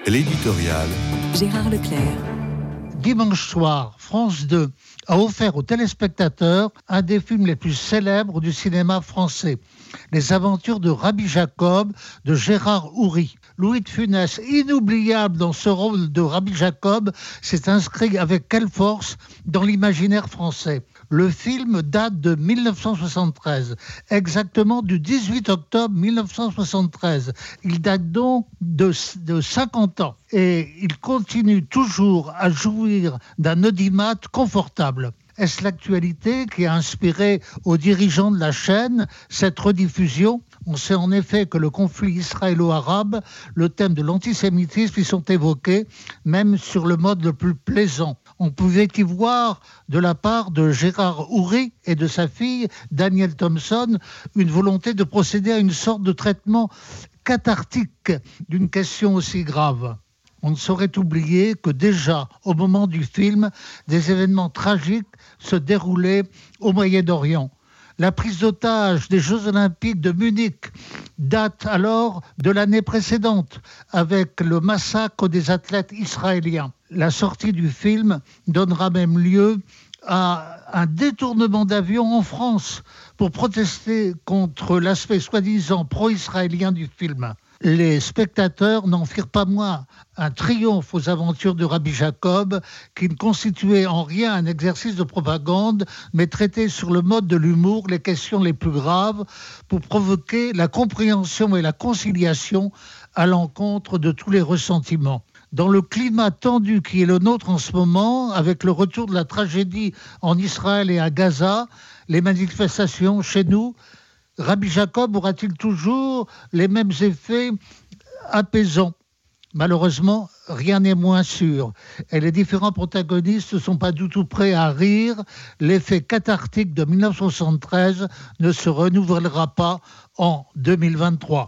L'éditorial. Gérard Leclerc. Dimanche soir, France 2 a offert aux téléspectateurs un des films les plus célèbres du cinéma français, Les Aventures de Rabbi Jacob de Gérard Houry. Louis de Funès, inoubliable dans ce rôle de Rabbi Jacob, s'est inscrit avec quelle force dans l'imaginaire français. Le film date de 1973, exactement du 18 octobre 1973. Il date donc de 50 ans et il continue toujours à jouir d'un audimat confortable. Est-ce l'actualité qui a inspiré aux dirigeants de la chaîne cette rediffusion ? On sait en effet que le conflit israélo-arabe, le thème de l'antisémitisme y sont évoqués, même sur le mode le plus plaisant. On pouvait y voir, de la part de Gérard Houry et de sa fille, Danielle Thompson, une volonté de procéder à une sorte de traitement cathartique d'une question aussi grave. On ne saurait oublier que déjà, au moment du film, des événements tragiques se déroulaient au Moyen-Orient. La prise d'otage des Jeux Olympiques de Munich date alors de l'année précédente, avec le massacre des athlètes israéliens. La sortie du film donnera même lieu à un détournement d'avion en France pour protester contre l'aspect soi-disant pro-israélien du film. Les spectateurs n'en firent pas moins un triomphe aux aventures de Rabbi Jacob, qui ne constituait en rien un exercice de propagande, mais traitait sur le mode de l'humour les questions les plus graves pour provoquer la compréhension et la conciliation à l'encontre de tous les ressentiments. Dans le climat tendu qui est le nôtre en ce moment, avec le retour de la tragédie en Israël et à Gaza, les manifestations chez nous, Rabbi Jacob aura-t-il toujours les mêmes effets apaisants ? Malheureusement, rien n'est moins sûr. Et les différents protagonistes ne sont pas du tout prêts à rire. L'effet cathartique de 1973 ne se renouvellera pas en 2023.